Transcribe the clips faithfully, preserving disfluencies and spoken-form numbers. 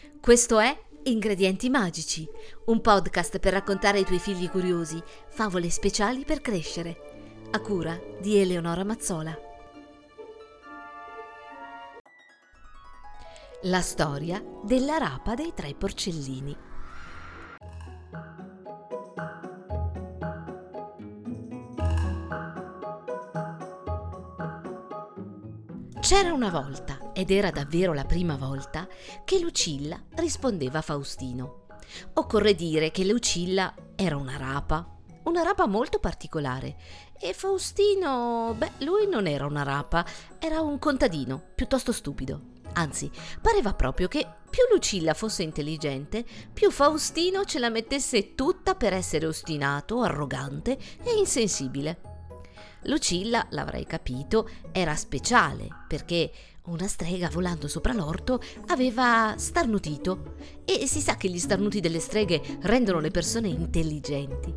Questo è Ingredienti Magici, un podcast per raccontare ai tuoi figli curiosi favole speciali per crescere, a cura di Eleonora Mazzola. La storia della rapa dei tre porcellini. C'era una volta, ed era davvero la prima volta, che Lucilla rispondeva a Faustino. Occorre dire che Lucilla era una rapa, una rapa molto particolare, e Faustino, beh, lui non era una rapa, era un contadino, piuttosto stupido. Anzi, pareva proprio che più Lucilla fosse intelligente, più Faustino ce la mettesse tutta per essere ostinato, arrogante e insensibile. Lucilla, l'avrai capito, era speciale perché una strega volando sopra l'orto aveva starnutito e si sa che gli starnuti delle streghe rendono le persone intelligenti.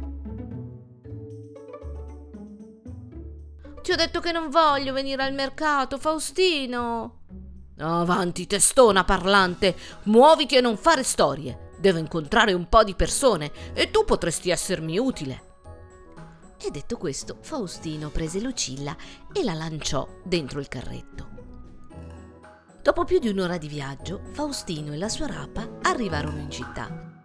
Ti ho detto che non voglio venire al mercato, Faustino. Avanti, testona parlante, muoviti e non fare storie. Devo incontrare un po' di persone e tu potresti essermi utile. E detto questo, Faustino prese Lucilla e la lanciò dentro il carretto. Dopo più di un'ora di viaggio, Faustino e la sua rapa arrivarono in città.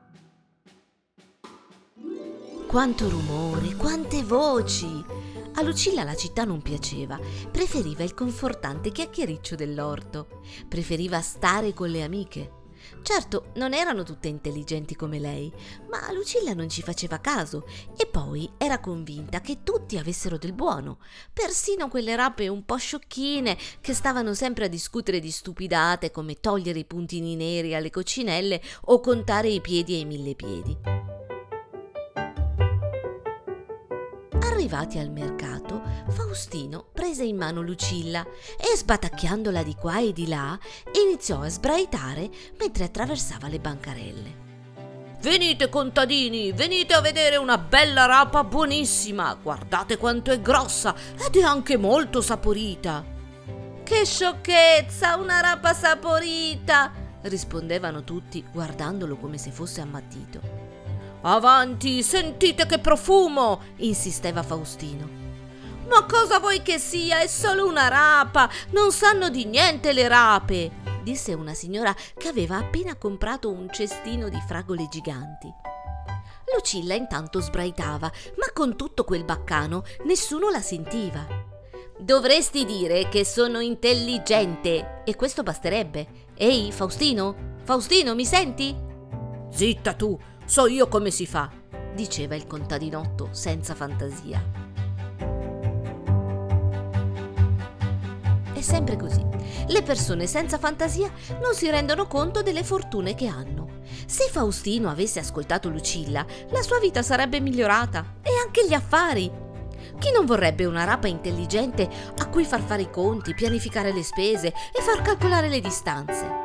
Quanto rumore, quante voci! A Lucilla la città non piaceva, preferiva il confortante chiacchiericcio dell'orto, preferiva stare con le amiche. Certo, non erano tutte intelligenti come lei, ma Lucilla non ci faceva caso e poi era convinta che tutti avessero del buono, persino quelle rape un po' sciocchine che stavano sempre a discutere di stupidate come togliere i puntini neri alle coccinelle o contare i piedi ai mille piedi. Arrivati al mercato, Faustino prese in mano Lucilla e, sbatacchiandola di qua e di là, iniziò a sbraitare mentre attraversava le bancarelle. Venite contadini, venite a vedere una bella rapa buonissima, guardate quanto è grossa ed è anche molto saporita. Che sciocchezza, una rapa saporita, rispondevano tutti guardandolo come se fosse ammattito. Avanti, sentite che profumo, insisteva Faustino. Ma cosa vuoi che sia? È solo una rapa, non sanno di niente le rape, disse una signora che aveva appena comprato un cestino di fragole giganti. Lucilla intanto sbraitava, ma con tutto quel baccano nessuno la sentiva. Dovresti dire che sono intelligente e questo basterebbe. Ehi, Faustino? Faustino, mi senti? Zitta tu! So io come si fa, diceva il contadinotto senza fantasia. È sempre così. Le persone senza fantasia non si rendono conto delle fortune che hanno. Se Faustino avesse ascoltato Lucilla, la sua vita sarebbe migliorata e anche gli affari. Chi non vorrebbe una rapa intelligente a cui far fare i conti, pianificare le spese e far calcolare le distanze?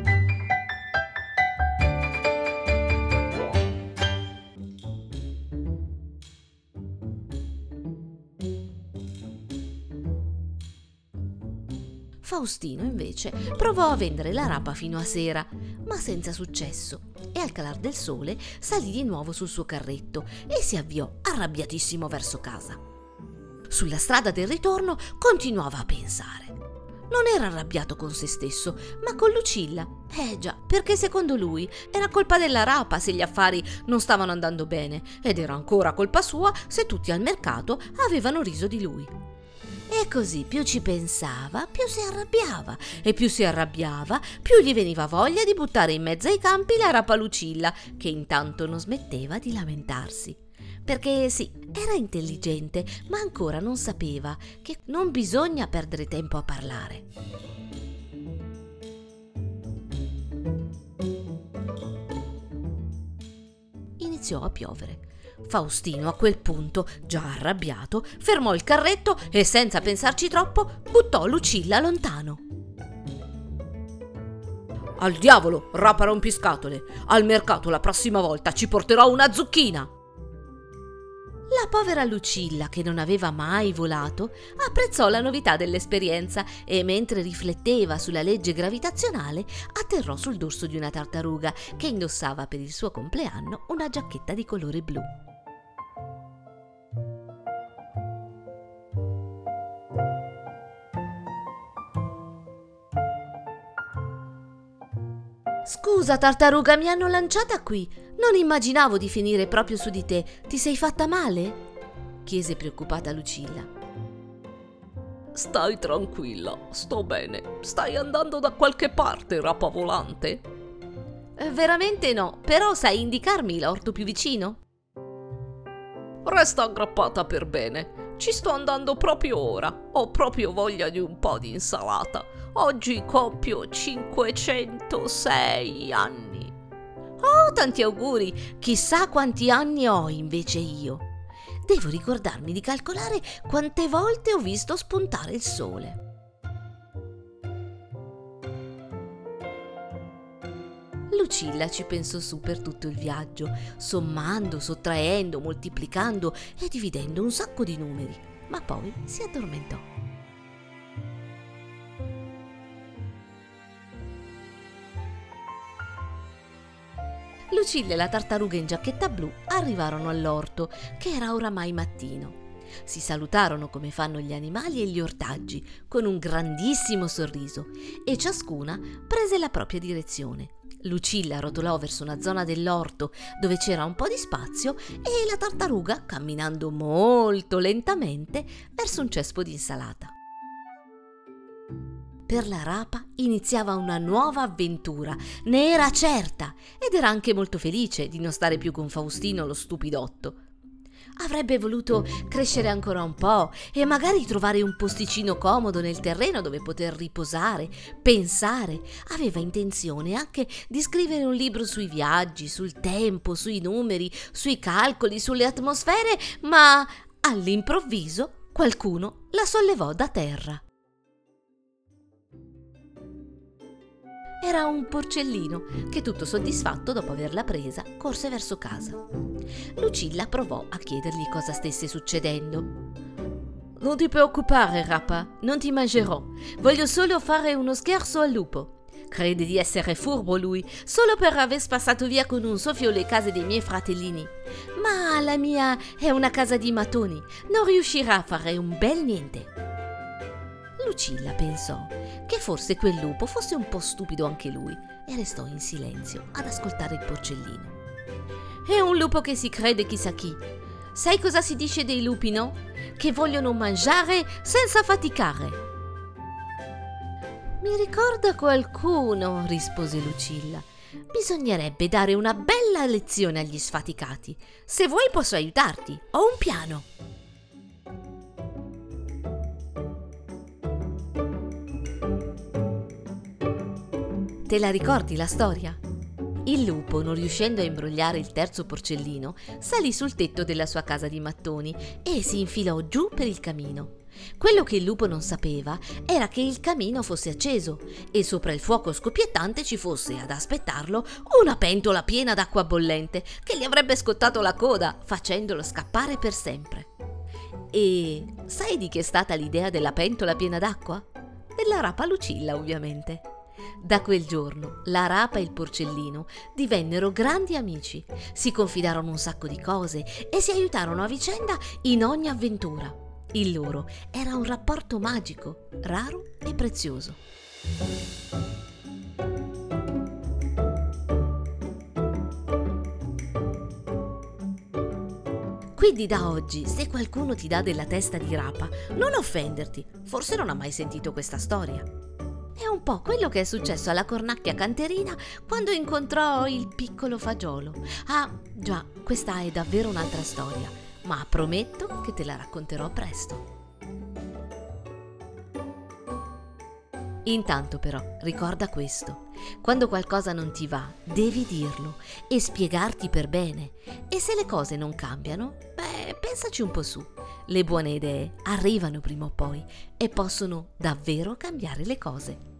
Faustino invece provò a vendere la rapa fino a sera, ma senza successo, e al calar del sole salì di nuovo sul suo carretto e si avviò arrabbiatissimo verso casa. Sulla strada del ritorno continuava a pensare. Non era arrabbiato con se stesso, ma con Lucilla. Eh già, perché secondo lui era colpa della rapa se gli affari non stavano andando bene, ed era ancora colpa sua se tutti al mercato avevano riso di lui. E così più ci pensava, più si arrabbiava, e più si arrabbiava, più gli veniva voglia di buttare in mezzo ai campi la rapa Lucilla, che intanto non smetteva di lamentarsi. Perché sì, era intelligente, ma ancora non sapeva che non bisogna perdere tempo a parlare. Iniziò a piovere. Faustino a quel punto, già arrabbiato, fermò il carretto e senza pensarci troppo buttò Lucilla lontano. Al diavolo, rapa rompiscatole! Al mercato la prossima volta ci porterò una zucchina! La povera Lucilla, che non aveva mai volato, apprezzò la novità dell'esperienza e mentre rifletteva sulla legge gravitazionale atterrò sul dorso di una tartaruga che indossava per il suo compleanno una giacchetta di colore blu. «Scusa, tartaruga, mi hanno lanciata qui. Non immaginavo di finire proprio su di te. Ti sei fatta male?» chiese preoccupata Lucilla. Stai tranquilla, sto bene. Stai andando da qualche parte, rapa volante? Eh, veramente no, però sai indicarmi l'orto più vicino? Resta aggrappata per bene. Ci sto andando proprio ora. Ho proprio voglia di un po' di insalata. Oggi compio cinquecentosei anni. Oh, tanti auguri! Chissà quanti anni ho invece io. Devo ricordarmi di calcolare quante volte ho visto spuntare il sole. Lucilla ci pensò su per tutto il viaggio, sommando, sottraendo, moltiplicando e dividendo un sacco di numeri, ma poi si addormentò. Lucilla e la tartaruga in giacchetta blu arrivarono all'orto, che era oramai mattino. Si salutarono come fanno gli animali e gli ortaggi, con un grandissimo sorriso, e ciascuna prese la propria direzione. Lucilla rotolò verso una zona dell'orto dove c'era un po' di spazio e la tartaruga, camminando molto lentamente, verso un cespo di insalata. Per la rapa iniziava una nuova avventura, ne era certa, ed era anche molto felice di non stare più con Faustino lo stupidotto. Avrebbe voluto crescere ancora un po' e magari trovare un posticino comodo nel terreno dove poter riposare, pensare. Aveva intenzione anche di scrivere un libro sui viaggi, sul tempo, sui numeri, sui calcoli, sulle atmosfere, ma all'improvviso qualcuno la sollevò da terra. Era un porcellino che, tutto soddisfatto dopo averla presa, corse verso casa. Lucilla provò a chiedergli cosa stesse succedendo. «Non ti preoccupare, rapa, non ti mangerò. Voglio solo fare uno scherzo al lupo. Crede di essere furbo lui, solo per aver spassato via con un soffio le case dei miei fratellini. Ma la mia è una casa di mattoni, non riuscirà a fare un bel niente». Lucilla pensò che forse quel lupo fosse un po' stupido anche lui e restò in silenzio ad ascoltare il porcellino. «È un lupo che si crede chissà chi. Sai cosa si dice dei lupi, no? Che vogliono mangiare senza faticare». «Mi ricorda qualcuno», rispose Lucilla. «Bisognerebbe dare una bella lezione agli sfaticati. Se vuoi posso aiutarti, ho un piano». Te la ricordi la storia? Il lupo, non riuscendo a imbrogliare il terzo porcellino, salì sul tetto della sua casa di mattoni e si infilò giù per il camino. Quello che il lupo non sapeva era che il camino fosse acceso e sopra il fuoco scoppiettante ci fosse ad aspettarlo una pentola piena d'acqua bollente che gli avrebbe scottato la coda, facendolo scappare per sempre. E sai di chi è stata l'idea della pentola piena d'acqua? Della rapa Lucilla, ovviamente. Da quel giorno la rapa e il porcellino divennero grandi amici, si confidarono un sacco di cose e si aiutarono a vicenda in ogni avventura. Il loro era un rapporto magico, raro e prezioso. Quindi da oggi, se qualcuno ti dà della testa di rapa, non offenderti, forse non ha mai sentito questa storia. È un po' quello che è successo alla cornacchia canterina quando incontrò il piccolo fagiolo. Ah, già, questa è davvero un'altra storia, ma prometto che te la racconterò presto. Intanto però, ricorda questo: quando qualcosa non ti va, devi dirlo e spiegarti per bene. E se le cose non cambiano, beh, pensaci un po' su. Le buone idee arrivano prima o poi e possono davvero cambiare le cose.